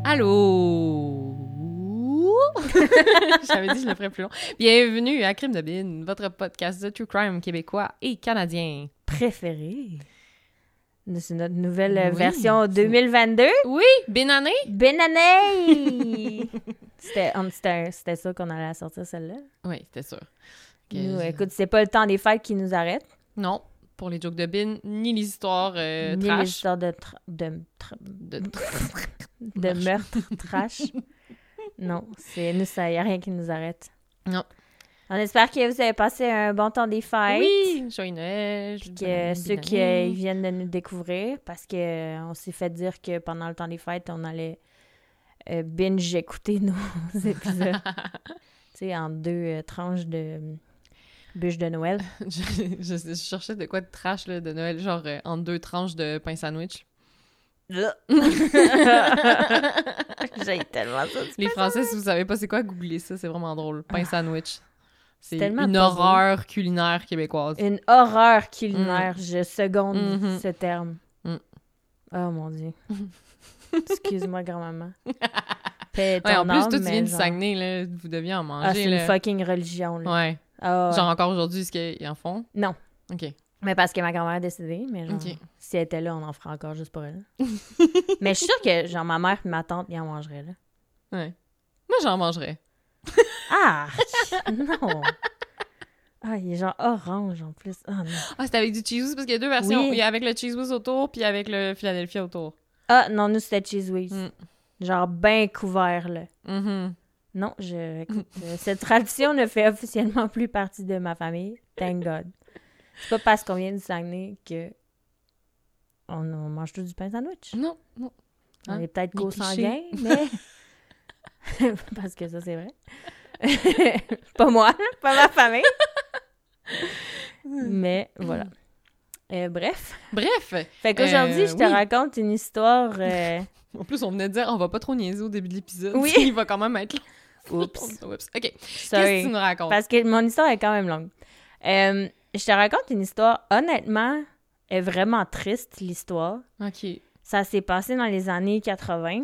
Allô? J'avais dit que je le ferais plus long. Bienvenue à Crime de Bin, votre podcast de true crime québécois et canadien. Préféré. C'est notre nouvelle version 2022. Oui, bonne année! Bonne année! C'était ça qu'on allait sortir, celle-là. Oui, c'était sûr. Nous, écoute, c'est pas le temps des fêtes qui nous arrête. Non, pour les jokes de Bin, ni les histoires ni trash. les histoires de meurtre trash. Non, nous, ça y a rien qui nous arrête. Non. On espère que vous avez passé un bon temps des fêtes. Oui, joyeux Noël. Puis que ceux qui viennent de nous découvrir, parce que on s'est fait dire que pendant le temps des fêtes, on allait binge écouter nos épisodes. Tu sais, en 2 tranches de bûche de Noël. je cherchais de quoi de trash là, de Noël, genre en 2 tranches de pain sandwich. J'ai tellement ça. Les Français, si vous savez pas c'est quoi, googlez ça, c'est vraiment drôle. Pain sandwich. C'est une pas horreur culinaire québécoise. Une horreur culinaire. Je seconde ce terme. Oh mon Dieu. Excuse-moi, grand-maman. Ouais, en plus, toi, tu viens du Saguenay, là, vous deviez en manger. C'est une fucking religion. Là. Ouais. Genre encore aujourd'hui, est-ce qu'ils en font? Non. OK. Mais parce que ma grand-mère est décédée, mais genre, si elle était là, on en ferait encore juste pour elle. Mais je suis sûre que, genre, ma mère et ma tante, ils en mangeraient, là. Ouais. Moi, j'en mangerais. Ah! Non! Ah, il est genre orange, en plus. Ah, non. Ah, c'était avec du cheese whiz, parce qu'il y a 2 versions. Oui. Il y a avec le cheese whiz autour, puis avec le Philadelphia autour. Ah, non, nous, c'était cheese whiz. Genre, bien couvert, là. Non, écoute, cette tradition ne fait officiellement plus partie de ma famille. Thank God. C'est pas parce qu'on vient du Saguenay que on mange tout du pain sandwich. Non. On est peut-être co-sanguin, mais... parce que ça, c'est vrai. Pas moi, pas ma famille. Mais voilà. Bref. Fait qu'aujourd'hui, je te raconte une histoire... En plus, on venait de dire, on va pas trop niaiser au début de l'épisode. Oui. Il va quand même être long. Oups. OK. Sorry. Qu'est-ce que tu nous racontes? Parce que mon histoire est quand même longue. Je te raconte une histoire, honnêtement, est vraiment triste, l'histoire. OK. Ça s'est passé dans les années 80,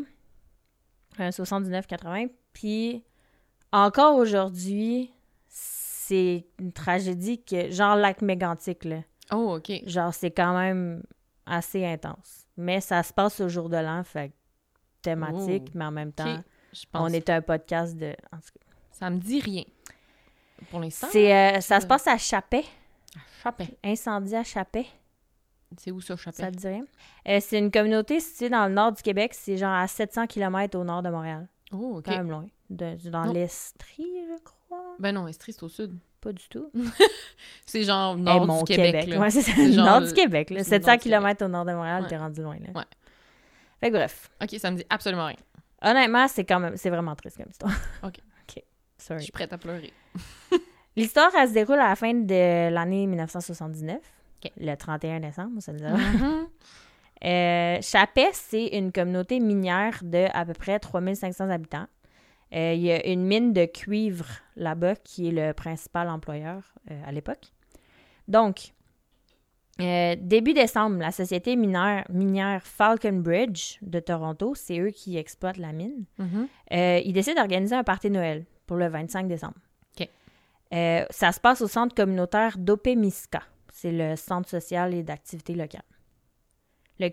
79-80, puis encore aujourd'hui, c'est une tragédie que, genre lac mégantic, là. Oh, OK. Genre, c'est quand même assez intense. Mais ça se passe au jour de l'an, fait thématique, mais en même temps, on est un podcast de... En tout cas. Ça me dit rien. Pour l'instant. Ça se passe à Chapais. Chapais. Incendie à Chapais. C'est où ça, Chapais? Ça te dit rien? C'est une communauté située dans le nord du Québec. C'est genre à 700 km au nord de Montréal. Oh, OK. Quand même loin. Dans l'Estrie, je crois. Ben non, Estrie, c'est au sud. Pas du tout. C'est genre nord du Québec. Ouais, c'est ça. Le nord du Québec. Là. 700 km au nord de Montréal, t'es rendu loin. Là. Ouais. Fait que bref. OK, ça me dit absolument rien. Honnêtement, c'est vraiment triste comme histoire. OK. Sorry. Je suis prête à pleurer. L'histoire, elle se déroule à la fin de l'année 1979. Le 31 décembre, ça nous a... Chapais, c'est une communauté minière de à peu près 3500 habitants. Il y a une mine de cuivre là-bas qui est le principal employeur à l'époque. Donc, début décembre, la société minière Falcon Bridge de Toronto, c'est eux qui exploitent la mine, ils décident d'organiser un party de Noël pour le 25 décembre. OK. Ça se passe au centre communautaire d'Opemiska. C'est le centre social et d'activité locale. Le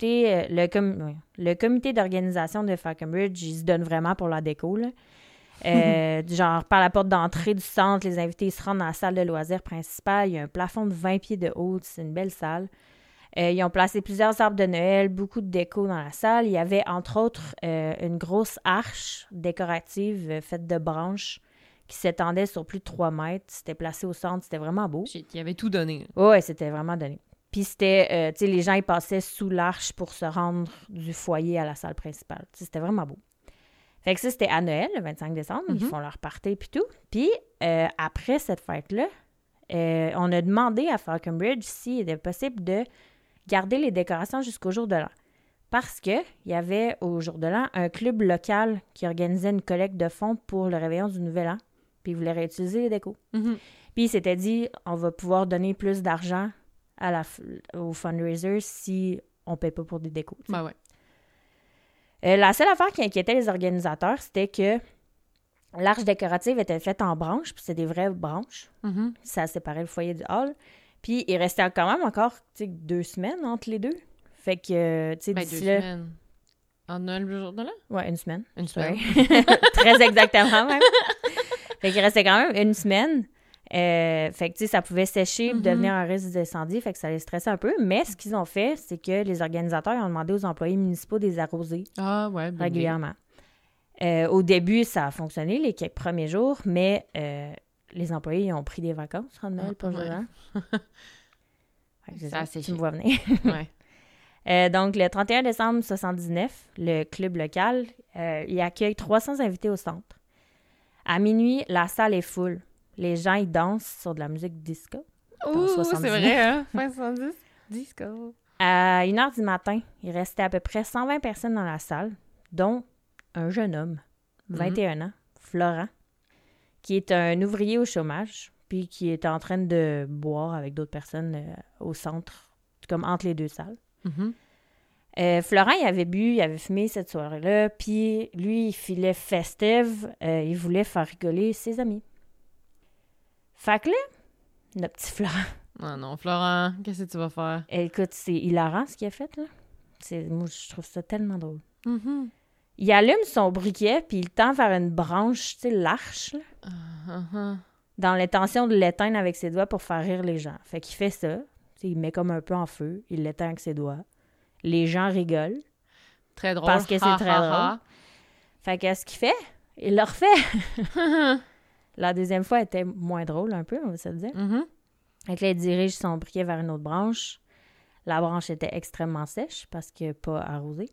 comité d'organisation de Falcon Bridge, ils se donnent vraiment pour la déco. Là. Genre, par la porte d'entrée du centre, les invités se rendent dans la salle de loisirs principale. Il y a un plafond de 20 pieds de haut. C'est une belle salle. Ils ont placé plusieurs arbres de Noël, beaucoup de déco dans la salle. Il y avait, entre autres, une grosse arche décorative faite de branches qui s'étendait sur plus de 3 mètres. C'était placé au centre. C'était vraiment beau. Il avait tout donné. Oui, c'était vraiment donné. Puis c'était, tu sais, les gens, ils passaient sous l'arche pour se rendre du foyer à la salle principale. T'sais, c'était vraiment beau. Fait que ça, c'était à Noël, le 25 décembre. Ils font leur party puis tout. Puis après cette fête-là, on a demandé à Falcon Bridge s'il était possible de garder les décorations jusqu'au jour de l'an. Parce qu'il y avait, au jour de l'an, un club local qui organisait une collecte de fonds pour le réveillon du Nouvel An. Puis ils voulaient réutiliser les décos. Puis ils s'étaient dit, on va pouvoir donner plus d'argent au fundraiser si on ne paye pas pour des décos. Ben ouais. La seule affaire qui inquiétait les organisateurs, c'était que l'arche décorative était faite en branches, puis c'était des vraies branches. Mhm. Ça séparait le foyer du hall. Puis il restait quand même encore 2 semaines entre les deux. Fait que, tu sais, Ben, d'ici 2 là... semaines. En Noël, le jour de là? Ouais, 1 semaine. Une semaine. Très exactement, même. Fait qu'il restait quand même 1 semaine. Fait que, tu sais, ça pouvait sécher et devenir un risque d'incendie. Fait que ça les stressait un peu. Mais ce qu'ils ont fait, c'est que les organisateurs ont demandé aux employés municipaux de les arroser Ah, ouais. Ben, régulièrement. Au début, ça a fonctionné les quelques premiers jours, mais les employés ils ont pris des vacances en Noël pour ouais. c'est Ça a séché. tu me vois venir. Ouais. Donc, le 31 décembre 1979, le club local, il accueille 300 invités au centre. À minuit, la salle est full. Les gens, ils dansent sur de la musique disco. Ouh, 79. c'est vrai, hein? 70. Disco. À 1h du matin, il restait à peu près 120 personnes dans la salle, dont un jeune homme, 21 ans, Florent, qui est un ouvrier au chômage, puis qui est en train de boire avec d'autres personnes au centre, comme entre les deux salles. Mhm. Florent, il avait bu, il avait fumé cette soirée-là, puis lui, il filait festive, il voulait faire rigoler ses amis. Fait que là, notre petit Florent... Ah non, Florent, qu'est-ce que tu vas faire? Écoute, c'est hilarant ce qu'il a fait, là. Moi, je trouve ça tellement drôle. Mhm. Il allume son briquet, puis il tend vers une branche, tu sais, l'arche, là, Uh-huh. dans l'intention de l'éteindre avec ses doigts pour faire rire les gens. Fait qu'il fait ça. Tu sais, il met comme un peu en feu, il l'éteint avec ses doigts. Les gens rigolent. Très drôle. Parce que c'est très drôle. Fait qu'est-ce qu'il fait? Il le refait. La deuxième fois était moins drôle un peu, on va se le dire. Mhm. Fait que là, il dirige son briquet vers une autre branche. La branche était extrêmement sèche parce que pas arrosée.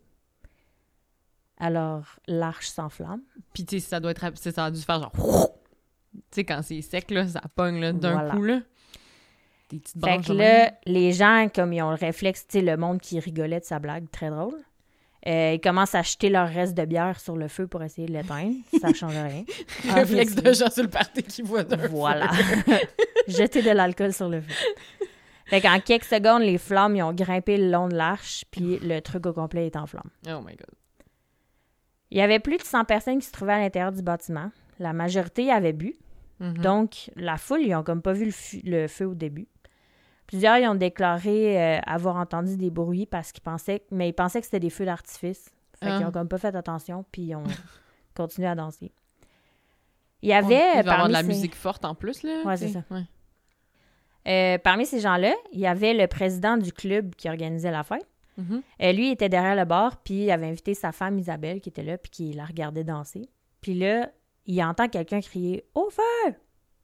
Alors, l'arche s'enflamme. Puis, tu sais, ça doit être... Ça a dû faire genre... Tu sais, quand c'est sec, là, ça pogne là, d'un Voilà. coup, là. Des petites Fait branches que de là, même. les gens, comme ils ont le réflexe, tu sais, le monde qui rigolait de sa blague, très drôle, ils commencent à jeter leur reste de bière sur le feu pour essayer de l'éteindre. Ça change rien. Réflexe de gens sur le party qui voient d'un Voilà. feu. Jeter de l'alcool sur le feu. Fait qu'en quelques secondes, les flammes, ils ont grimpé le long de l'arche, puis le truc au complet est en flammes. Oh my God. Il y avait plus de 100 personnes qui se trouvaient à l'intérieur du bâtiment. La majorité avait bu. Mhm. Donc, la foule, ils ont comme pas vu le feu au début. Plusieurs, ils ont déclaré avoir entendu des bruits parce qu'ils pensaient... Mais ils pensaient que c'était des feux d'artifice. Fait qu'ils ont comme pas fait attention, puis ils ont continué à danser. Il y avait... Il va y avoir parmi de la ces- musique forte en plus, là. Ouais, tu sais. c'est ça. Ouais. Parmi ces gens-là, il y avait le président du club qui organisait la fête. Mhm. Lui, il était derrière le bar, puis il avait invité sa femme Isabelle qui était là, puis qui la regardait danser. Puis là, il entend quelqu'un crier « Au feu! »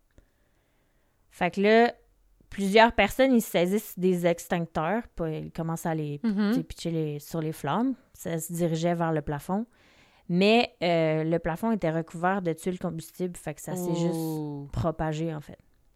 Fait que là, plusieurs personnes, ils saisissent des extincteurs, puis ils commencent à les Mhm. tu sais, pitcher sur les flammes. Ça se dirigeait vers le plafond. Mais le plafond était recouvert de tuiles combustibles, fait que ça s'est juste Oh. propagé, en fait.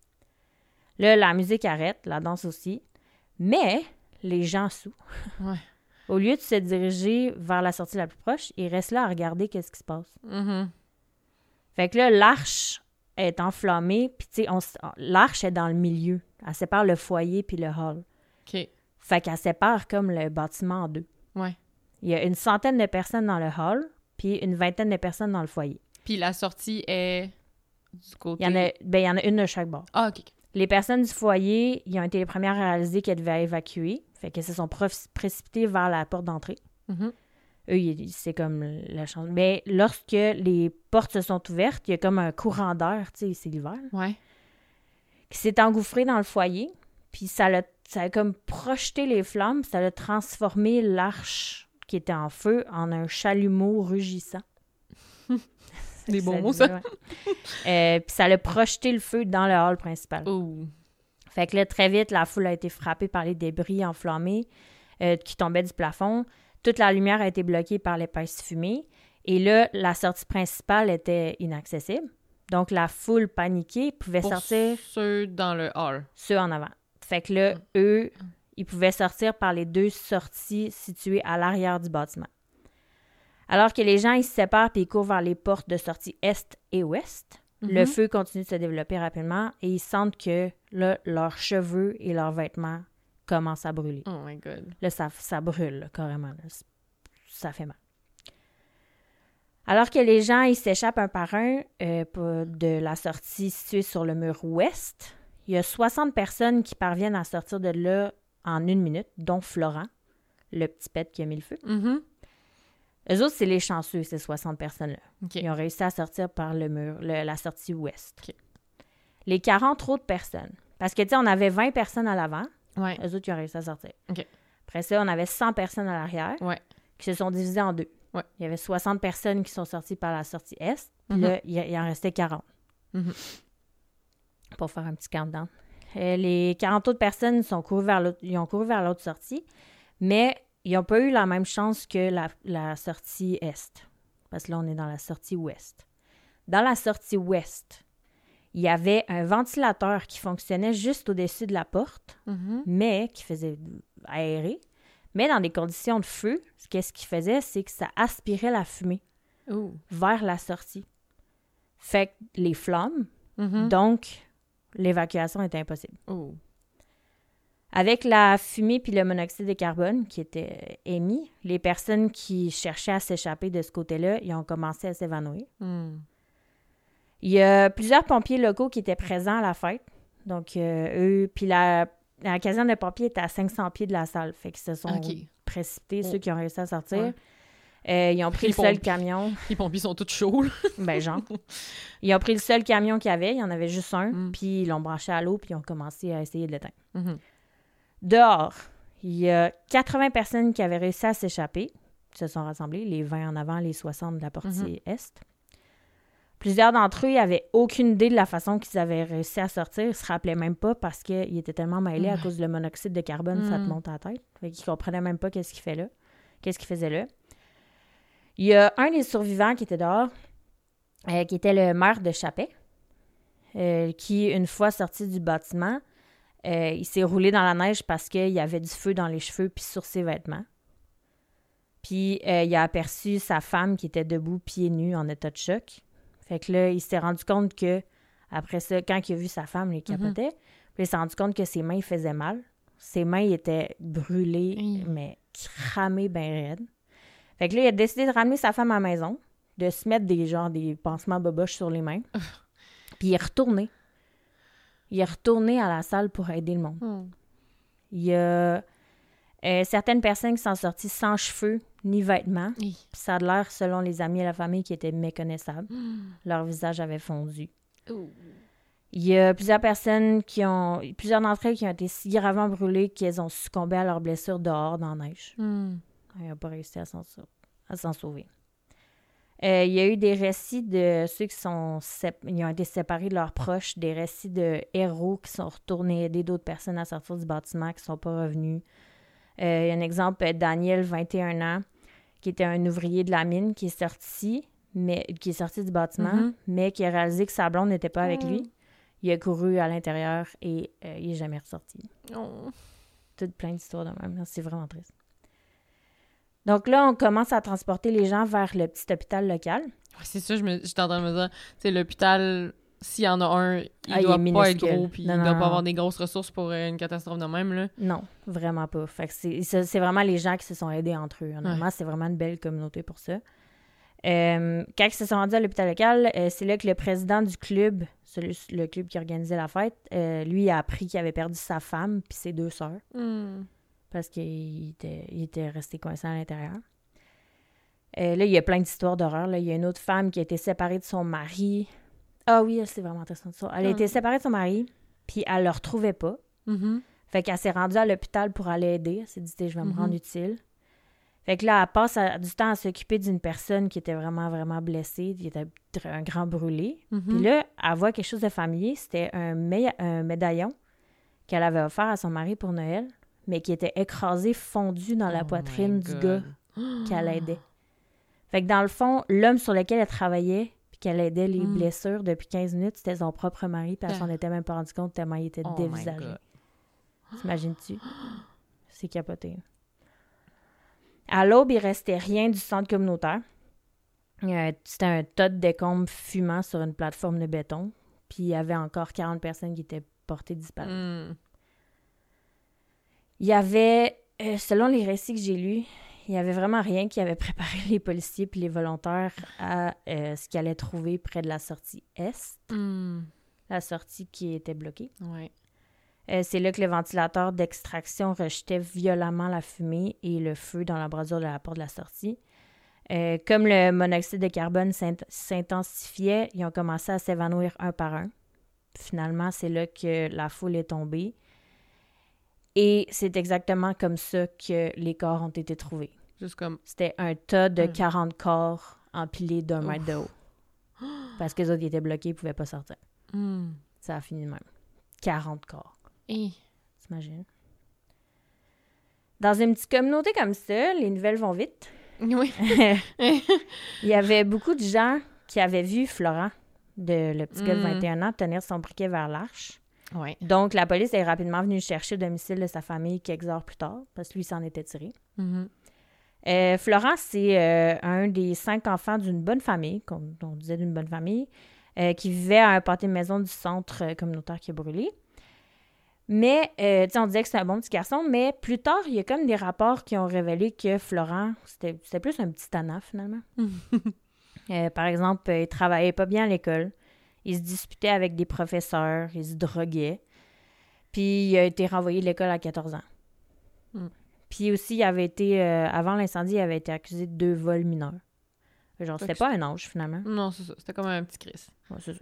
Là, la musique arrête, la danse aussi. Mais les gens sous, Ouais. au lieu de se diriger vers la sortie la plus proche, ils restent là à regarder qu'est-ce qui se passe. Mhm. Fait que là, l'arche est enflammée, puis tu sais, l'arche est dans le milieu. Elle sépare le foyer puis le hall. OK. Fait qu'elle sépare comme le bâtiment en deux. Ouais. Il y a une centaine de personnes dans le hall, puis une vingtaine de personnes dans le foyer. Puis la sortie est du côté... Il y en a une de chaque bord. Ah, OK. Les personnes du foyer, ils ont été les premières à réaliser qu'elles devaient évacuer. Fait qu'elles se sont précipitées vers la porte d'entrée. Mhm. Eux, c'est comme la chance. Mais lorsque les portes se sont ouvertes, il y a comme un courant d'air, tu sais, c'est l'hiver, Ouais. qui s'est engouffré dans le foyer. Puis ça a comme projeté les flammes, ça a transformé l'arche qui était en feu en un chalumeau rugissant. Des bons mots, dit, ça. ouais. Puis ça a projeté le feu dans le hall principal. Oh. Fait que là, très vite, la foule a été frappée par les débris enflammés qui tombaient du plafond. Toute la lumière a été bloquée par l'épaisse fumée. Et là, la sortie principale était inaccessible. Donc, la foule paniquée pouvait Pour sortir ceux dans le hall. ceux en avant. Fait que là, eux, ils pouvaient sortir par les deux sorties situées à l'arrière du bâtiment. Alors que les gens, ils se séparent et ils courent vers les portes de sortie est et ouest, le feu continue de se développer rapidement et ils sentent que là, leurs cheveux et leurs vêtements commencent à brûler. Oh my God. Là, ça brûle, là, carrément. Là. Ça fait mal. Alors que les gens, ils s'échappent un par un de la sortie située sur le mur ouest, il y a 60 personnes qui parviennent à sortir de là en 1 minute, dont Florent, le petit pet qui a mis le feu. Mm-hmm. Eux autres, c'est les chanceux, ces 60 personnes-là. OK. Ils ont réussi à sortir par le mur, la sortie ouest. OK. Les 40 autres personnes, parce que, tu sais, on avait 20 personnes à l'avant, Ouais. eux autres, ils ont réussi à sortir. OK. Après ça, on avait 100 personnes à l'arrière Ouais. qui se sont divisées en deux. Ouais. Il y avait 60 personnes qui sont sorties par la sortie est, puis là, il en restait 40. Pour faire un petit countdown. Les 40 autres personnes ils ont couru vers l'autre sortie, mais ils n'ont pas eu la même chance que la sortie est. Parce que là, on est dans la sortie ouest. Dans la sortie ouest, il y avait un ventilateur qui fonctionnait juste au-dessus de la porte, mais qui faisait aérer. Mais dans des conditions de feu, qu'est-ce qu'il faisait? C'est que ça aspirait la fumée vers la sortie. Fait que les flammes, donc l'évacuation était impossible. Oh. Avec la fumée puis le monoxyde de carbone qui était émis, les personnes qui cherchaient à s'échapper de ce côté-là, ils ont commencé à s'évanouir. Il y a plusieurs pompiers locaux qui étaient présents à la fête. Donc, eux, puis la caserne de pompiers était à 500 pieds de la salle. Fait qu'ils se sont précipités, ceux qui ont réussi à sortir. Ils ont pris le seul camion. Les pompiers sont tous chauds, là. Ben, genre. Ils ont pris le seul camion qu'il y avait. Il y en avait juste un. Puis ils l'ont branché à l'eau, puis ils ont commencé à essayer de l'éteindre. Dehors, il y a 80 personnes qui avaient réussi à s'échapper. Ils se sont rassemblés, les 20 en avant, les 60 de la portée est. Plusieurs d'entre eux n'avaient aucune idée de la façon qu'ils avaient réussi à sortir. Ils ne se rappelaient même pas parce qu'ils étaient tellement mêlés à cause du monoxyde de carbone, ça te monte à la tête. Fait qu'ils ne comprenaient même pas qu'est-ce qu'ils faisaient là. Il y a un des survivants qui était dehors, qui était le maire de Chapet, qui, une fois sorti du bâtiment, il s'est roulé dans la neige parce qu'il y avait du feu dans les cheveux puis sur ses vêtements. Puis il a aperçu sa femme qui était debout, pieds nus, en état de choc. Fait que là, il s'est rendu compte que, après ça, quand il a vu sa femme, il capotait. Puis il s'est rendu compte que ses mains faisaient mal. Ses mains étaient brûlées, mais cramées bien raides. Fait que là, il a décidé de ramener sa femme à la maison, de se mettre des pansements boboches sur les mains. Puis il est retourné. Il est retourné à la salle pour aider le monde. Il y a certaines personnes qui sont sorties sans cheveux ni vêtements. Puis ça a l'air, selon les amis et la famille, qui étaient méconnaissables. Leur visage avait fondu. Il y a plusieurs d'entre elles qui ont été si gravement brûlées qu'elles ont succombé à leurs blessures dehors dans la neige. Ils n'ont pas réussi à s'en sauver. Il y a eu des récits de ceux qui ils ont été séparés de leurs proches, des récits de héros qui sont retournés aider d'autres personnes à sortir du bâtiment, qui ne sont pas revenus. Il y a un exemple, Daniel, 21 ans, qui était un ouvrier de la mine, qui est sorti du bâtiment, mais qui a réalisé que sa blonde n'était pas avec lui. Il a couru à l'intérieur et il n'est jamais ressorti. Tout plein d'histoires de même. C'est vraiment triste. Donc là, on commence à transporter les gens vers le petit hôpital local. Ouais, c'est ça, j'étais en train de me dire, c'est l'hôpital, s'il y en a un, il doit pas être gros, puis il doit pas avoir des grosses ressources pour une catastrophe de même, là. Non, vraiment pas. Fait que c'est vraiment les gens qui se sont aidés entre eux. Honnêtement, c'est vraiment une belle communauté pour ça. Quand ils se sont rendus à l'hôpital local, c'est là que le président du club, le club qui organisait la fête, lui a appris qu'il avait perdu sa femme puis ses 2 sœurs. Parce qu'il était resté coincé à l'intérieur. Là, il y a plein d'histoires d'horreur. Là. Il y a une autre femme qui a été séparée de son mari. Ah oui, c'est vraiment intéressant. Elle a été séparée de son mari, puis elle le retrouvait pas. Fait qu'elle s'est rendue à l'hôpital pour aller aider. Elle s'est dit, je vais me rendre utile. Fait que là, elle passe du temps à s'occuper d'une personne qui était vraiment, vraiment blessée. Il était un grand brûlé. Puis là, elle voit quelque chose de familier. C'était un médaillon qu'elle avait offert à son mari pour Noël, mais qui était écrasé, fondu dans la poitrine du gars qu'elle aidait. Fait que dans le fond, l'homme sur lequel elle travaillait puis qu'elle aidait les blessures depuis 15 minutes, c'était son propre mari, puis elle s'en était même pas rendu compte tellement il était dévisagé. T'imagines-tu? C'est capoté. À l'aube, il restait rien du centre communautaire. C'était un tas de décombres fumant sur une plateforme de béton, puis il y avait encore 40 personnes qui étaient portées disparues. Il y avait, selon les récits que j'ai lus, il n'y avait vraiment rien qui avait préparé les policiers puis les volontaires à ce qu'ils allaient trouver près de la sortie Est. La sortie qui était bloquée. Ouais. C'est là que le ventilateur d'extraction rejetait violemment la fumée et le feu dans l'embrasure de la porte de la sortie. Comme le monoxyde de carbone s'intensifiait, ils ont commencé à s'évanouir un par un. Finalement, c'est là que la foule est tombée. Et c'est exactement comme ça que les corps ont été trouvés. Juste comme... C'était un tas de 40 corps empilés d'1 mètre de haut. Parce que les autres, ils étaient bloqués, ils ne pouvaient pas sortir. Ça a fini de même. 40 corps. T'imagines? Dans une petite communauté comme ça, les nouvelles vont vite. Oui. Il y avait beaucoup de gens qui avaient vu Florent, le petit gars de 21 ans, tenir son briquet vers l'arche. Ouais. Donc, la police est rapidement venue chercher le domicile de sa famille quelques heures plus tard, parce que lui s'en était tiré. Florent, c'est un des 5 enfants d'une bonne famille, comme on disait d'une bonne famille, qui vivait à un pâté de maison du centre communautaire qui a brûlé. Mais, on disait que c'était un bon petit garçon, mais plus tard, il y a comme des rapports qui ont révélé que Florent, c'était plus un petit tannant, finalement. Par exemple, il travaillait pas bien à l'école. Il se disputait avec des professeurs, il se droguait. Puis, il a été renvoyé de l'école à 14 ans. Puis aussi, il avait été, avant l'incendie, il avait été accusé de 2 vols mineurs. Genre, c'était pas un ange, finalement. Non, c'est ça. C'était comme un petit Chris. Ouais, c'est ça.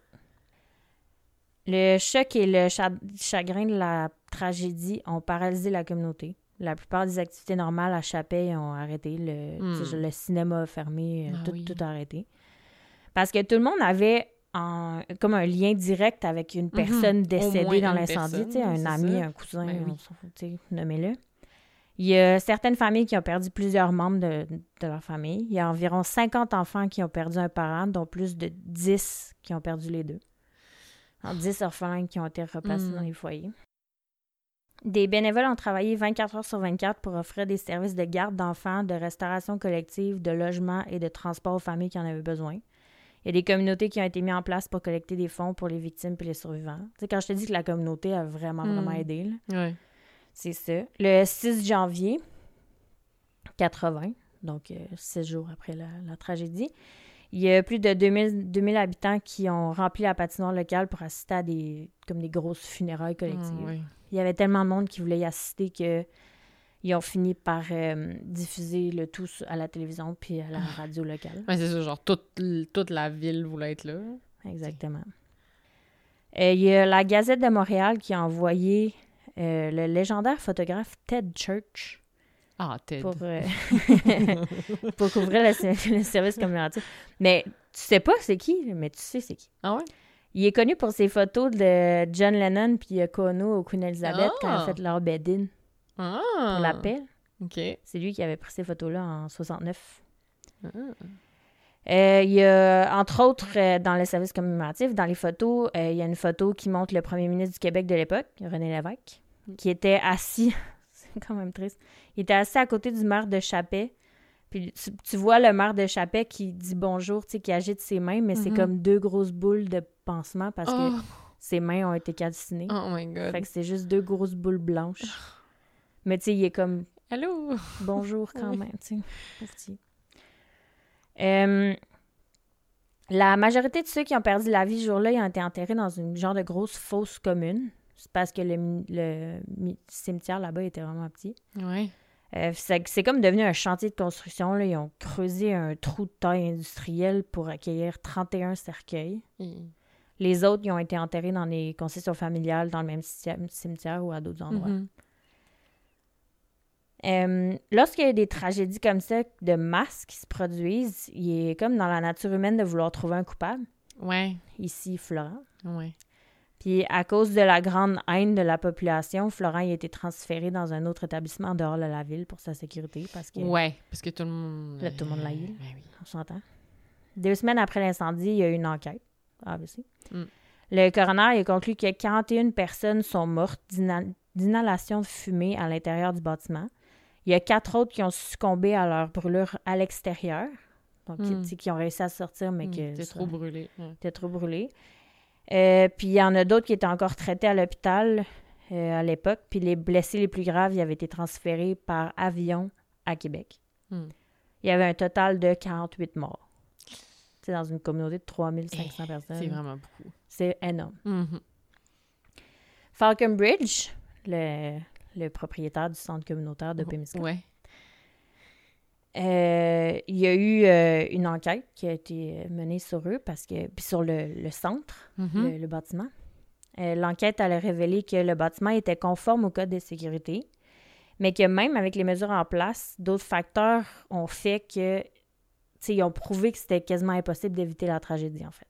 Le choc et le chagrin de la tragédie ont paralysé la communauté. La plupart des activités normales à Chappey ont arrêté. Le cinéma a fermé, tout a arrêté. Parce que tout le monde avait comme un lien direct avec une personne décédée dans l'incendie. Un ami, un cousin, nommez-le. Il y a certaines familles qui ont perdu plusieurs membres de leur famille. Il y a environ 50 enfants qui ont perdu un parent, dont plus de 10 qui ont perdu les deux. 10 orphelins qui ont été replacés dans les foyers. Des bénévoles ont travaillé 24 heures sur 24 pour offrir des services de garde d'enfants, de restauration collective, de logement et de transport aux familles qui en avaient besoin. Il y a des communautés qui ont été mises en place pour collecter des fonds pour les victimes et les survivants. Tu sais, quand je te dis que la communauté a vraiment aidé, là, c'est ça. Le 6 janvier 80, donc 6 jours après la tragédie, il y a plus de 2000 habitants qui ont rempli la patinoire locale pour assister à des grosses funérailles collectives. Il y avait tellement de monde qui voulait y assister qu'ils ont fini par diffuser le tout à la télévision puis à la radio locale. Ouais, c'est ça, genre toute la ville voulait être là. Exactement. Il y a la Gazette de Montréal qui a envoyé le légendaire photographe Ted Church. Ah, Ted. Pour couvrir le service communautaire. Mais tu sais pas c'est qui, mais tu sais c'est qui. Ah ouais? Il est connu pour ses photos de John Lennon puis Yoko Ono au Queen Elizabeth quand elle a fait leur bed-in pour la paix. OK. C'est lui qui avait pris ces photos-là en 69. Il y a, entre autres, dans le service commémoratif, dans les photos, il y a une photo qui montre le premier ministre du Québec de l'époque, René Lévesque, qui était assis... C'est quand même triste. Il était assis à côté du maire de Chappey. Puis tu vois le maire de Chappey qui dit bonjour, tu sais, qui agite ses mains, mais c'est comme 2 grosses boules de pansement parce que ses mains ont été calcinées. Oh my God. Fait que c'est juste 2 grosses boules blanches. Mais tu sais, il est comme... Allô? Bonjour quand même, tu sais. La majorité de ceux qui ont perdu la vie ce jour-là, ils ont été enterrés dans une genre de grosse fosse commune. C'est parce que le cimetière là-bas était vraiment petit. Ouais. C'est comme devenu un chantier de construction. Là. Ils ont creusé un trou de taille industrielle pour accueillir 31 cercueils. Les autres, ils ont été enterrés dans des concessions familiales, dans le même cimetière ou à d'autres endroits. Lorsqu'il y a des tragédies comme ça, de masse qui se produisent, il est comme dans la nature humaine de vouloir trouver un coupable. Ouais. Ici, Florent. Ouais. Puis à cause de la grande haine de la population, Florent a été transféré dans un autre établissement en dehors de la ville pour sa sécurité. Parce que tout tout le monde... le monde l'a eu. Ben oui. On s'entend. 2 semaines après l'incendie, il y a eu une enquête. Obviously. Le coroner a conclu que 41 personnes sont mortes d'inhalation de fumée à l'intérieur du bâtiment. Il y a 4 autres qui ont succombé à leur brûlure à l'extérieur. Donc, qui ont réussi à sortir, mais que... T'es trop brûlé. T'es trop brûlé. Puis il y en a d'autres qui étaient encore traités à l'hôpital à l'époque. Puis les blessés les plus graves, ils avaient été transférés par avion à Québec. Il y avait un total de 48 morts. C'est dans une communauté de 3500 personnes. C'est vraiment beaucoup. C'est énorme. Falconbridge, le propriétaire du centre communautaire de Pimsco, il y a eu une enquête qui a été menée sur eux, puis sur le centre, le bâtiment. L'enquête allait révéler que le bâtiment était conforme au code de sécurité, mais que même avec les mesures en place, d'autres facteurs ont fait que, ils ont prouvé que c'était quasiment impossible d'éviter la tragédie, en fait.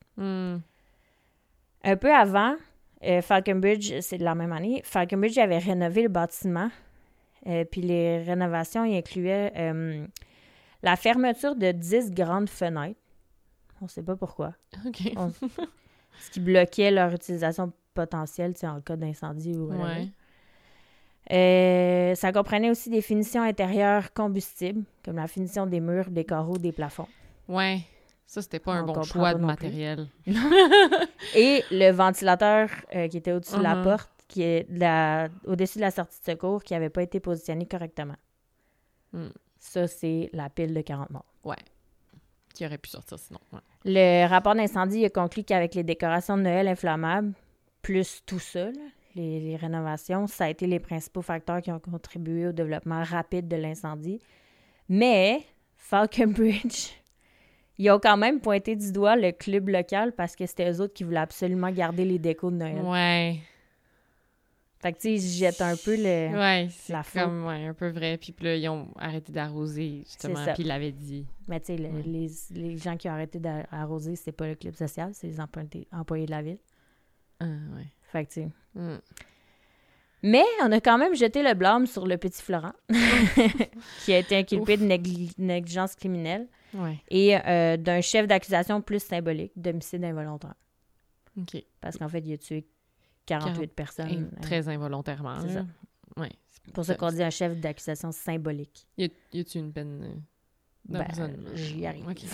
Un peu avant, Falconbridge, c'est de la même année, Falconbridge avait rénové le bâtiment, puis les rénovations y incluaient la fermeture de 10 grandes fenêtres. On ne sait pas pourquoi. OK. Ce qui bloquait leur utilisation potentielle, en cas d'incendie ou ça comprenait aussi des finitions intérieures combustibles, comme la finition des murs, des carreaux, des plafonds. Ouais. Ça, c'était pas un bon choix de matériel. Et le ventilateur qui était au-dessus de la porte, qui est au-dessus de la sortie de secours, qui n'avait pas été positionné correctement. Ça, c'est la pile de 40 morts. Ouais. Qui aurait pu sortir sinon. Ouais. Le rapport d'incendie a conclu qu'avec les décorations de Noël inflammables, plus tout ça, là, les rénovations, ça a été les principaux facteurs qui ont contribué au développement rapide de l'incendie. Mais Falconbridge, ils ont quand même pointé du doigt le club local parce que c'était eux autres qui voulaient absolument garder les décos de Noël. Ouais. Fait que, tu sais, ils jettent un peu la faute. Comme, un peu vrai. Puis là, ils ont arrêté d'arroser, justement, puis ils l'avaient dit. Mais tu sais, les gens qui ont arrêté d'arroser, c'est pas le club social, c'est les employés de la ville. Ouais. Fait que, tu sais... Mais on a quand même jeté le blâme sur le petit Florent, qui a été inculpé de négligence criminelle et d'un chef d'accusation plus symbolique, d'homicide involontaire. OK. Parce qu'en fait, il a tué 48 personnes. Très involontairement. C'est ça. Ouais. C'est pour ça qu'on dit un chef d'accusation symbolique. Y a-tu une peine d'emprisonnement? J'y arrive. Okay.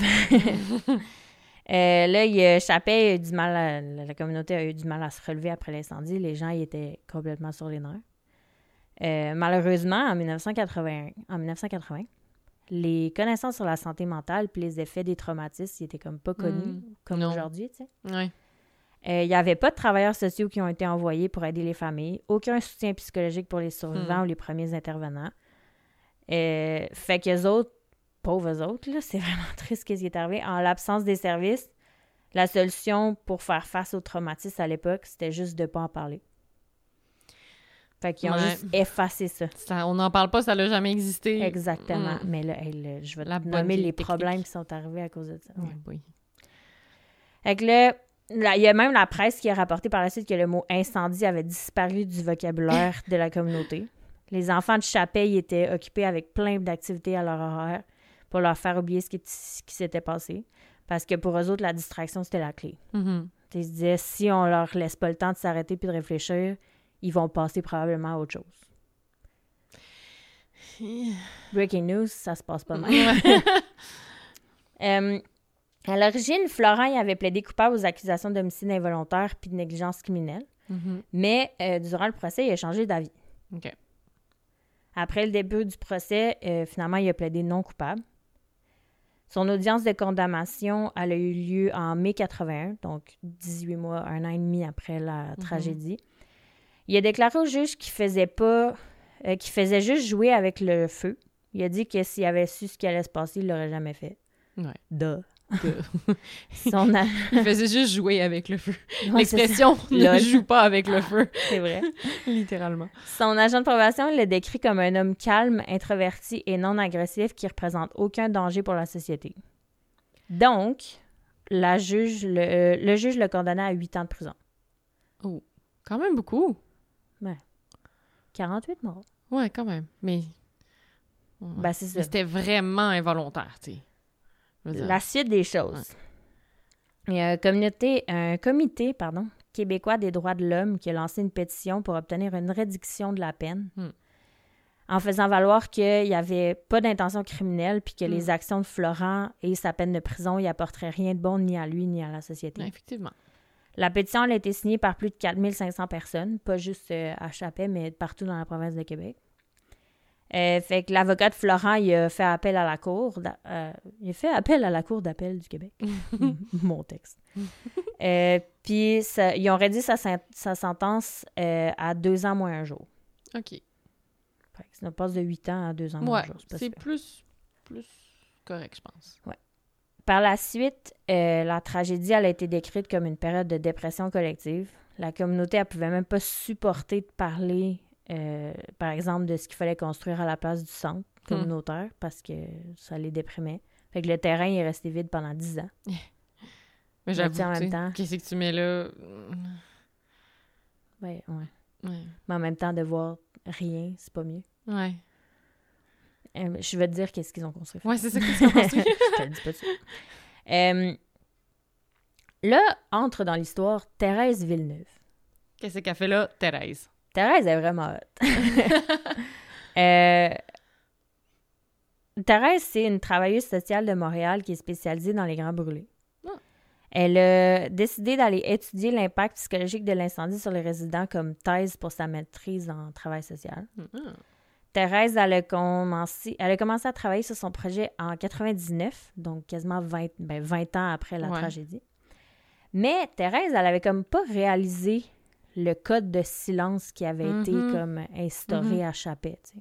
Là, il échappait, il a eu du mal la communauté a eu du mal à se relever après l'incendie. Les gens, ils étaient complètement sur les nerfs. Malheureusement, en 1980, les connaissances sur la santé mentale puis les effets des traumatismes, ils étaient comme pas connus, comme aujourd'hui, tu sais. Ouais. Il n'y avait pas de travailleurs sociaux qui ont été envoyés pour aider les familles, aucun soutien psychologique pour les survivants ou les premiers intervenants. Fait qu'eux autres, pauvres autres, là, c'est vraiment triste ce qui est arrivé. En l'absence des services, la solution pour faire face au traumatisme à l'époque, c'était juste de ne pas en parler. Fait qu'ils ont juste effacé ça. On n'en parle pas, ça n'a jamais existé. Exactement. Mais là, je vais te nommer les problèmes qui sont arrivés à cause de ça. Oui. Fait que là, il y a même la presse qui a rapporté par la suite que le mot « incendie » avait disparu du vocabulaire de la communauté. Les enfants de Chapey étaient occupés avec plein d'activités à leur horaire pour leur faire oublier ce qui s'était passé. Parce que pour eux autres, la distraction, c'était la clé. Ils se disaient, si on leur laisse pas le temps de s'arrêter puis de réfléchir, ils vont passer probablement à autre chose. Breaking news, ça se passe pas mal. À l'origine, Florent il avait plaidé coupable aux accusations d'homicide involontaire puis de négligence criminelle. Mais durant le procès, il a changé d'avis. OK. Après le début du procès, finalement, il a plaidé non coupable. Son audience de condamnation, elle a eu lieu en mai 81, donc 18 mois, 1 an et demi après la tragédie. Il a déclaré au juge qu'il faisait juste jouer avec le feu. Il a dit que s'il avait su ce qui allait se passer, il l'aurait jamais fait. Ouais. Duh. Il faisait juste jouer avec le feu. Ouais, l'expression « ne joue pas avec le feu ». C'est vrai. Littéralement. Son agent de probation l'a décrit comme un homme calme, introverti et non agressif qui représente aucun danger pour la société. Donc, le juge le condamna à 8 ans de prison. Oh, quand même beaucoup. Ouais. 48 morts. Ouais, quand même. Mais, ben, c'est ça. Mais c'était vraiment involontaire, tu sais. La suite des choses. Il y a un comité québécois des droits de l'homme qui a lancé une pétition pour obtenir une réduction de la peine en faisant valoir qu'il n'y avait pas d'intention criminelle puis que les actions de Florent et sa peine de prison n'y apporteraient rien de bon ni à lui ni à la société. Effectivement. La pétition elle a été signée par plus de 4500 personnes, pas juste à Chapey, mais partout dans la province de Québec. Fait que l'avocat de Florent, il a fait appel à la cour. Il a fait appel à la Cour d'appel du Québec. Mon texte. Puis, ils ont réduit sa sentence à 2 ans moins un jour. OK. Fait que ça passe de 8 ans à 2 ans moins un jour. C'est plus correct, je pense. Ouais. Par la suite, la tragédie, elle a été décrite comme une période de dépression collective. La communauté, elle pouvait même pas supporter de parler, par exemple, de ce qu'il fallait construire à la place du centre communautaire parce que ça les déprimait. Fait que le terrain il est resté vide pendant 10 ans. Mais j'avoue, en même temps, qu'est-ce que tu mets là? Ouais. Mais en même temps, de voir rien, c'est pas mieux. Ouais. Je vais te dire qu'est-ce qu'ils ont construit. Ouais, c'est ça qu'ils ont construit. Je te le dis pas dessus. Là, entre dans l'histoire Thérèse Villeneuve. Qu'est-ce qu'elle fait là, Thérèse? Thérèse est vraiment hot. Thérèse, c'est une travailleuse sociale de Montréal qui est spécialisée dans les grands brûlés. Elle a décidé d'aller étudier l'impact psychologique de l'incendie sur les résidents comme thèse pour sa maîtrise en travail social. Thérèse, elle a commencé à travailler sur son projet en 99, donc quasiment 20 ans après la tragédie. Mais Thérèse, elle avait comme pas réalisé le code de silence qui avait été comme instauré à Chappé. Tu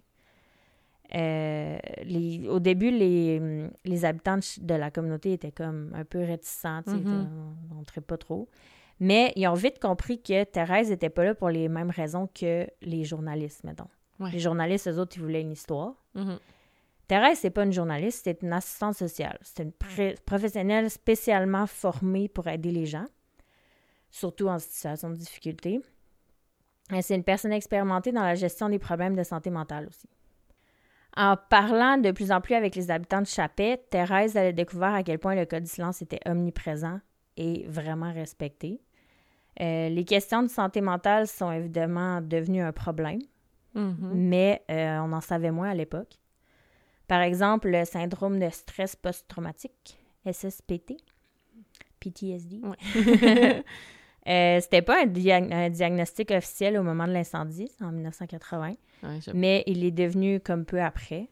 sais. Au début, les habitants de la communauté étaient comme un peu réticents, tu sais, on montrait pas trop. Mais ils ont vite compris que Thérèse n'était pas là pour les mêmes raisons que les journalistes, mettons. Ouais. Les journalistes, eux autres, ils voulaient une histoire. Thérèse, c'est pas une journaliste, c'est une assistante sociale. C'est une professionnelle spécialement formée pour aider les gens, surtout en situation de difficulté. Et c'est une personne expérimentée dans la gestion des problèmes de santé mentale aussi. En parlant de plus en plus avec les habitants de Chappé, Thérèse elle a découvert à quel point le code du silence était omniprésent et vraiment respecté. Les questions de santé mentale sont évidemment devenues un problème, mais on en savait moins à l'époque. Par exemple, le syndrome de stress post-traumatique, SSPT, PTSD. Ouais. C'était pas un diagnostic officiel au moment de l'incendie, en 1980, mais il est devenu comme peu après.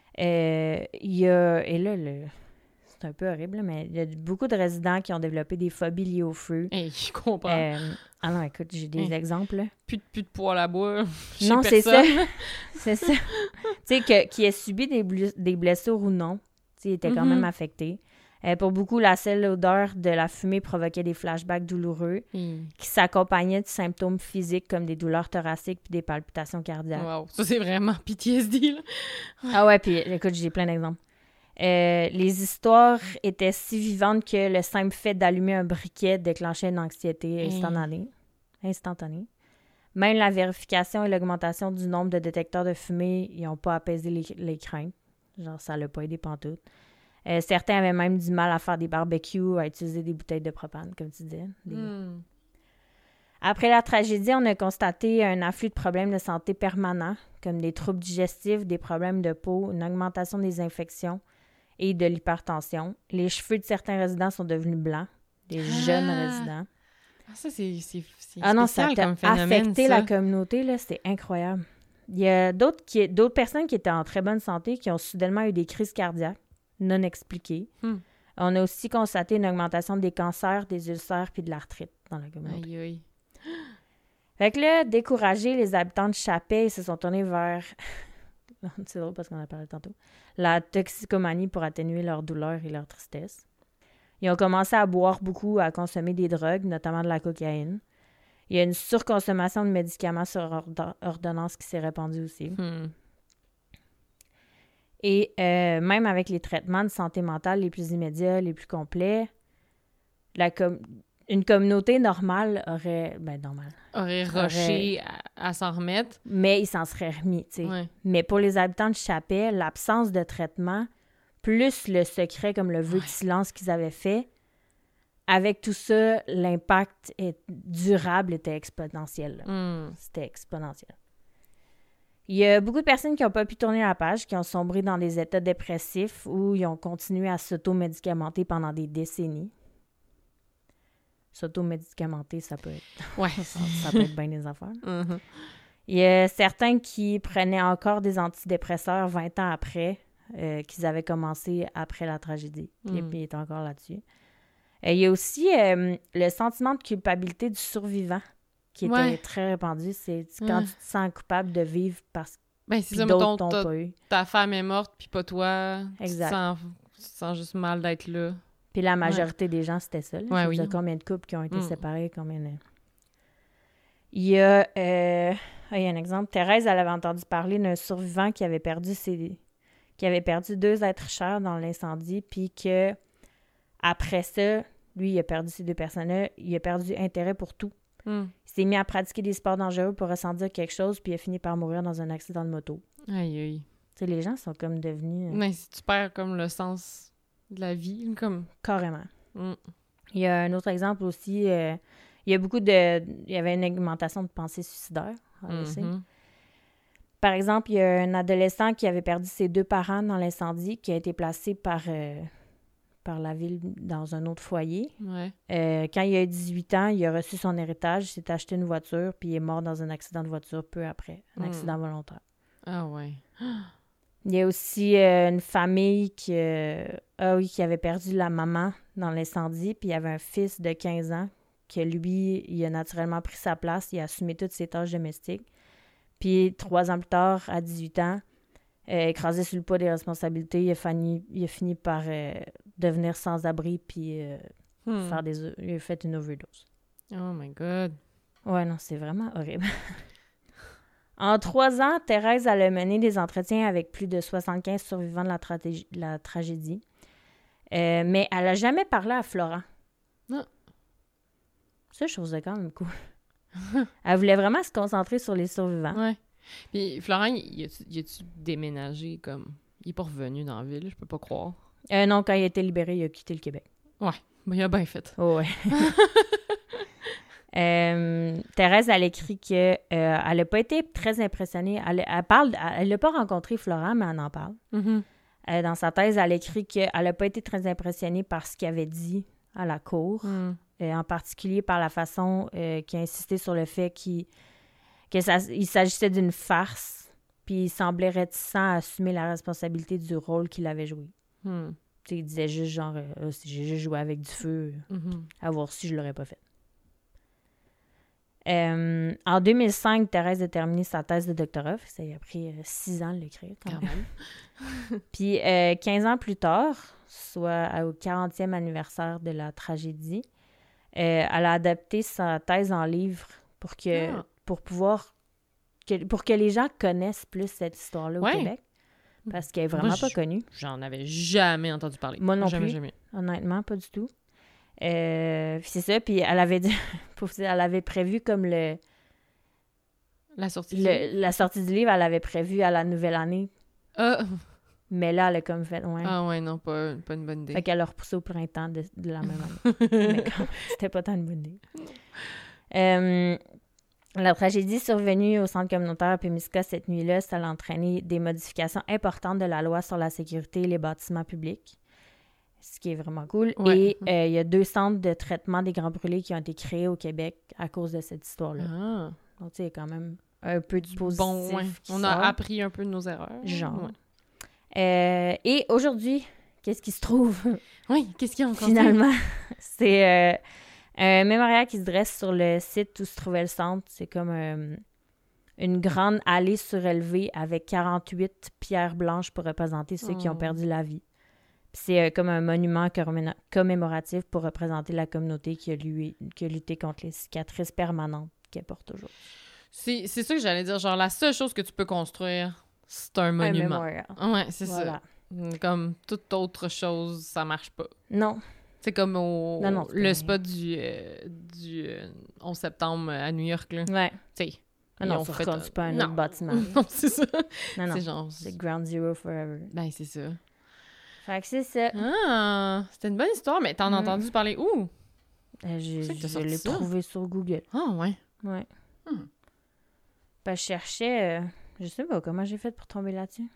C'est un peu horrible, mais il y a beaucoup de résidents qui ont développé des phobies liées au feu. Je comprends. Ah non, écoute, j'ai des exemples. Plus de poêle à bois. Non, c'est ça. C'est ça. Tu sais, qui ait subi des blessures ou non, tu sais, il était quand même affecté. Pour beaucoup, la seule odeur de la fumée provoquait des flashbacks douloureux qui s'accompagnaient de symptômes physiques comme des douleurs thoraciques puis des palpitations cardiaques. Wow, ça c'est vraiment PTSD, là. Ah ouais, puis écoute, j'ai plein d'exemples. Les histoires étaient si vivantes que le simple fait d'allumer un briquet déclenchait une anxiété instantanée. Même la vérification et l'augmentation du nombre de détecteurs de fumée, ils n'ont pas apaisé les craintes. Genre, ça l'a pas aidé pantoute. Certains avaient même du mal à faire des barbecues, à utiliser des bouteilles de propane, comme tu disais. Après la tragédie, on a constaté un afflux de problèmes de santé permanents, comme des troubles digestifs, des problèmes de peau, une augmentation des infections et de l'hypertension. Les cheveux de certains résidents sont devenus blancs, des jeunes résidents. Ah, ça, c'est spécial ça a comme phénomène, affecté ça. la communauté, là, c'est incroyable. Il y a d'autres personnes qui étaient en très bonne santé qui ont soudainement eu des crises cardiaques non expliquées. On a aussi constaté une augmentation des cancers, des ulcères puis de l'arthrite dans la communauté. Aïe, aïe. Fait que là, découragés, les habitants de Chappé se sont tournés vers... C'est drôle parce qu'on en a parlé tantôt. La toxicomanie pour atténuer leur douleur et leur tristesse. Ils ont commencé à boire beaucoup, à consommer des drogues, notamment de la cocaïne. Il y a une surconsommation de médicaments sur ordonnance qui s'est répandue aussi. Et même avec les traitements de santé mentale les plus immédiats, les plus complets, une communauté normale aurait rushé à s'en remettre. Mais ils s'en seraient remis, tu sais. Ouais. Mais pour les habitants de Chappé, l'absence de traitement, plus le secret comme le vœu de silence qu'ils avaient fait, avec tout ça, l'impact durable était exponentiel. C'était exponentiel. Il y a beaucoup de personnes qui n'ont pas pu tourner la page, qui ont sombré dans des états dépressifs ou ils ont continué à s'auto-médicamenter pendant des décennies. S'auto-médicamenter, ça peut être... Ouais. ça peut être bien des affaires. Il y a certains qui prenaient encore des antidépresseurs 20 ans après, qu'ils avaient commencé après la tragédie. Puis il est encore là-dessus. Il y a aussi le sentiment de culpabilité du survivant qui était très répandu. C'est quand tu te sens coupable de vivre parce que d'autres t'ont pas eu. Ta femme est morte, puis pas toi. Exact. Tu te sens juste mal d'être là. Puis la majorité des gens, c'était ça. Ouais, oui. Combien de couples qui ont été séparés, combien de... Il y a un exemple. Thérèse, elle avait entendu parler d'un survivant qui avait perdu 2 êtres chers dans l'incendie, puis que après ça, lui, il a perdu ces 2 personnes-là, il a perdu intérêt pour tout. Il s'est mis à pratiquer des sports dangereux pour ressentir quelque chose, puis il a fini par mourir dans un accident de moto. Aïe, aïe. Tu sais, les gens sont comme devenus... Mais tu perds comme le sens de la vie, comme... Carrément. Il y a un autre exemple aussi, il y a beaucoup de... Il y avait une augmentation de pensées suicidaires, on le sait. Par exemple, il y a un adolescent qui avait perdu ses 2 parents dans l'incendie, qui a été placé par la ville dans un autre foyer. Ouais. Quand il a eu 18 ans, il a reçu son héritage, il s'est acheté une voiture, puis il est mort dans un accident de voiture peu après, un accident volontaire. Ah ouais. Il y a aussi une famille qui avait perdu la maman dans l'incendie, puis il y avait un fils de 15 ans que lui, il a naturellement pris sa place, il a assumé toutes ses tâches domestiques. Puis 3 ans plus tard, à 18 ans, écrasé sur le poids des responsabilités, il a fini par devenir sans-abri, puis il a fait une overdose. Oh my God. Ouais, non, c'est vraiment horrible. En 3 ans, Thérèse, elle a mené des entretiens avec plus de 75 survivants de la tragédie. Mais elle n'a jamais parlé à Florent. Non. Ça, je trouve ça quand même cool. Elle voulait vraiment se concentrer sur les survivants. Ouais. Puis Florent, il a-tu déménagé comme... Il est pas revenu dans la ville, je peux pas croire. Non, quand il a été libéré, il a quitté le Québec. Ouais, ben, il a bien fait. Oh, ouais. Thérèse, elle écrit qu'elle n'a pas été très impressionnée. Elle n'a pas rencontré Florent, mais elle en parle. Dans sa thèse, elle écrit qu'elle n'a pas été très impressionnée par ce qu'il avait dit à la cour, en particulier par la façon qu'il a insisté sur le fait qu'il s'agissait d'une farce, puis il semblait réticent à assumer la responsabilité du rôle qu'il avait joué. Il disait juste genre, si j'ai juste joué avec du feu, à voir si je l'aurais pas fait. En 2005, Thérèse a terminé sa thèse de doctorat. Ça a pris 6 ans de l'écrire, quand même. Puis 15 ans plus tard, soit au 40e anniversaire de la tragédie, elle a adapté sa thèse en livre pour que les gens connaissent plus cette histoire-là au Québec. Parce qu'elle est vraiment pas connue. J'en avais jamais entendu parler. Moi non jamais, plus. Jamais. Honnêtement, pas du tout. C'est ça, puis elle avait dit, elle avait prévu comme la sortie du livre, elle avait prévu à la nouvelle année. Mais là, elle a comme fait, Ah ouais, non, pas une bonne idée. Fait qu'elle a repoussé au printemps de la même année. Mais c'était pas tant une bonne idée. La tragédie survenue au centre communautaire Pemiska cette nuit-là, ça a entraîné des modifications importantes de la loi sur la sécurité et les bâtiments publics. Ce qui est vraiment cool. Ouais. Et il y a 2 centres de traitement des grands brûlés qui ont été créés au Québec à cause de cette histoire-là. Donc, tu sais, il y a quand même un peu de positif. Bon, ouais. On a appris un peu de nos erreurs. Genre. Ouais. Et aujourd'hui, qu'est-ce qui se trouve? Oui, qu'est-ce qu'il y a encore? Finalement, c'est un mémorial qui se dresse sur le site où se trouvait le centre. C'est comme une grande allée surélevée avec 48 pierres blanches pour représenter ceux qui ont perdu la vie. C'est comme un monument commémoratif pour représenter la communauté qui a lutté contre les cicatrices permanentes qu'elle porte aujourd'hui. C'est ça que j'allais dire. Genre, la seule chose que tu peux construire, c'est un monument. Un mémorial. Ouais, c'est ça. Comme toute autre chose, ça marche pas. Non. C'est comme le spot du 11 septembre à New York, là. Ouais. Tu sais. Non, c'est pas un autre bâtiment. Non, c'est ça. Non. C'est genre... C'est Ground Zero Forever. Ben, c'est ça. Fait que c'est ça. Ah, c'était une bonne histoire, mais t'en as entendu parler où? Je l'ai trouvé sur Google. Ah, ouais. Ouais. Ben, je cherchais... je sais pas comment j'ai fait pour tomber là-dessus.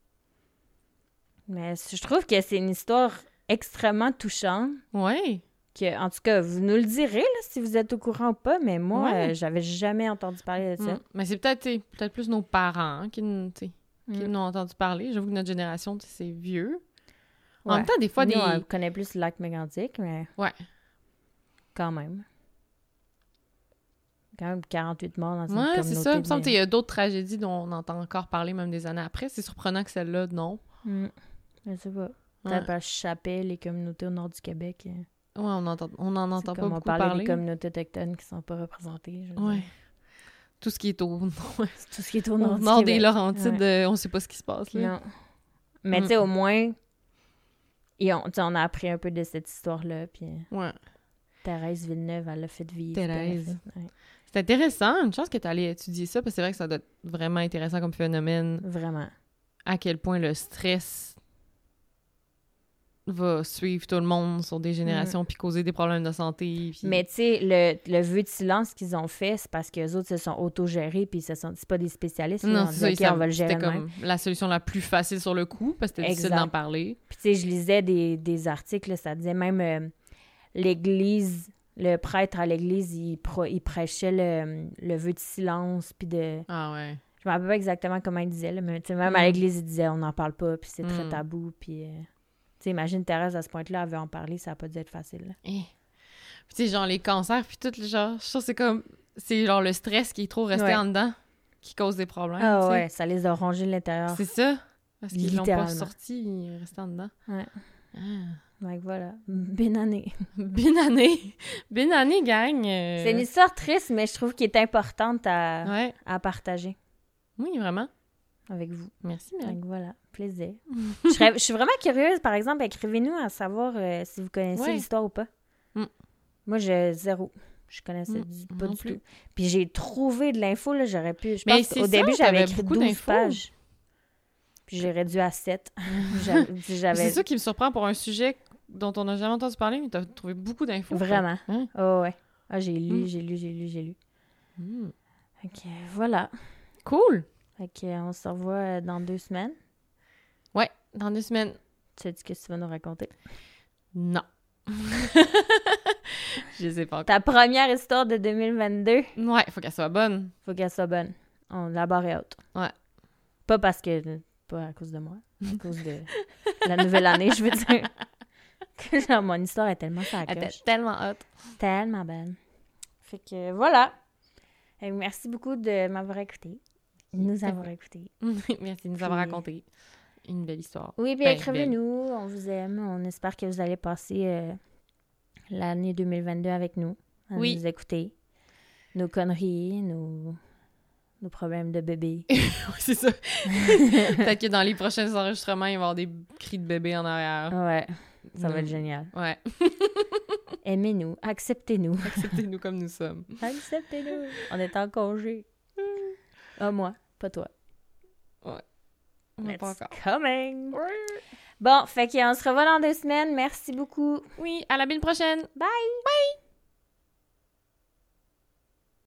Mais je trouve que c'est une histoire extrêmement touchante. Ouais. en tout cas, vous nous le direz là, si vous êtes au courant ou pas, mais moi, j'avais jamais entendu parler de ça. Mais c'est peut-être plus nos parents qui nous ont entendu parler. J'avoue que notre génération, c'est vieux. En même temps, des fois, on connaît plus le lac Mégantic, mais... Ouais. Quand même. Quand même 48 morts dans une communauté. Ouais, c'est ça. Il me semble qu'il y a d'autres tragédies dont on entend encore parler même des années après. C'est surprenant que celle-là, non. Je sais pas. Peut-être à Chapelle, les communautés au nord du Québec. Ouais, on en entend pas beaucoup parler. On parle des communautés autochtones qui sont pas représentées. Ouais. Tout ce qui est au Tout ce qui est au nord du nord Québec. Des Laurentides, on sait pas ce qui se passe, là. Non. Mais tu sais, au moins, on a appris un peu de cette histoire-là, puis... Ouais. Thérèse Villeneuve, elle l'a fait vivre. Thérèse. C'est intéressant. Une chance que tu allais étudier ça, parce que c'est vrai que ça doit être vraiment intéressant comme phénomène. Vraiment. À quel point le stress va suivre tout le monde sur des générations puis causer des problèmes de santé. Puis... Mais tu sais, le vœu de silence qu'ils ont fait, c'est parce qu'eux autres se sont autogérés puis c'est pas des spécialistes. Non, c'est ça. On va le gérer c'était comme la solution la plus facile sur le coup, parce que c'était difficile d'en parler. Puis tu sais, je lisais des articles, ça disait même l'Église... Le prêtre à l'église, il prêchait le vœu de silence, puis de... Ah ouais. Je me rappelle pas exactement comment il disait, là, mais même à l'église, il disait « on n'en parle pas », puis c'est très tabou, puis... tu sais, imagine Thérèse, à ce point-là, elle veut en parler, ça n'a pas dû être facile. Puis tu sais, genre les cancers, puis tout, genre, je trouve que c'est comme... C'est genre le stress qui est trop resté en dedans qui cause des problèmes, Ah ouais, ça les a rongés de l'intérieur. C'est ça, parce qu'ils l'ont pas sorti, ils restaient en dedans. Ouais. Donc voilà, bonne année. Bonne année, gang! C'est une histoire triste, mais je trouve qu'elle est importante à partager. Oui, vraiment. Avec vous. Merci, Donc voilà, plaisir. Je suis vraiment curieuse, par exemple, écrivez-nous à savoir si vous connaissez l'histoire ou pas. Moi, zéro. Je connaissais pas du tout. Puis j'ai trouvé de l'info, là, j'aurais pu... Je pense qu'au début, j'avais écrit 12 pages. Puis j'ai réduit à 7. C'est ça qui me surprend pour un sujet dont on n'a jamais entendu parler, mais tu as trouvé beaucoup d'infos. Vraiment. Oh ouais. Ah, j'ai lu. OK, voilà. Cool. OK, on se revoit dans 2 semaines. Ouais, dans 2 semaines. Tu sais ce que tu vas nous raconter? Non. Je sais pas encore. Ta première histoire de 2022? Ouais, faut qu'elle soit bonne. La barre est haute. Ouais. Pas parce que... Pas à cause de moi. À cause de la nouvelle année, je veux dire. Genre, mon histoire est tellement ça. Elle était tellement hot. Tellement belle. Fait que voilà. Et merci beaucoup de m'avoir écouté. Nous avoir écouté. Merci de nous avoir raconté une belle histoire. Oui, puis écrivez-nous. On vous aime. On espère que vous allez passer l'année 2022 avec nous. À nous écouter. Nos conneries, nos problèmes de bébé. Oui, c'est ça. Peut-être que dans les prochains enregistrements, il va y avoir des cris de bébé en arrière. Ouais, ça va être génial. Ouais. Aimez-nous, acceptez-nous. Acceptez-nous comme nous sommes. Acceptez-nous. On est en congé. Ah, moi, pas toi. Ouais. On n'est pas encore. Coming. Bon, fait qu'on se revoit dans 2 semaines. Merci beaucoup. Oui, à la semaine prochaine. Bye.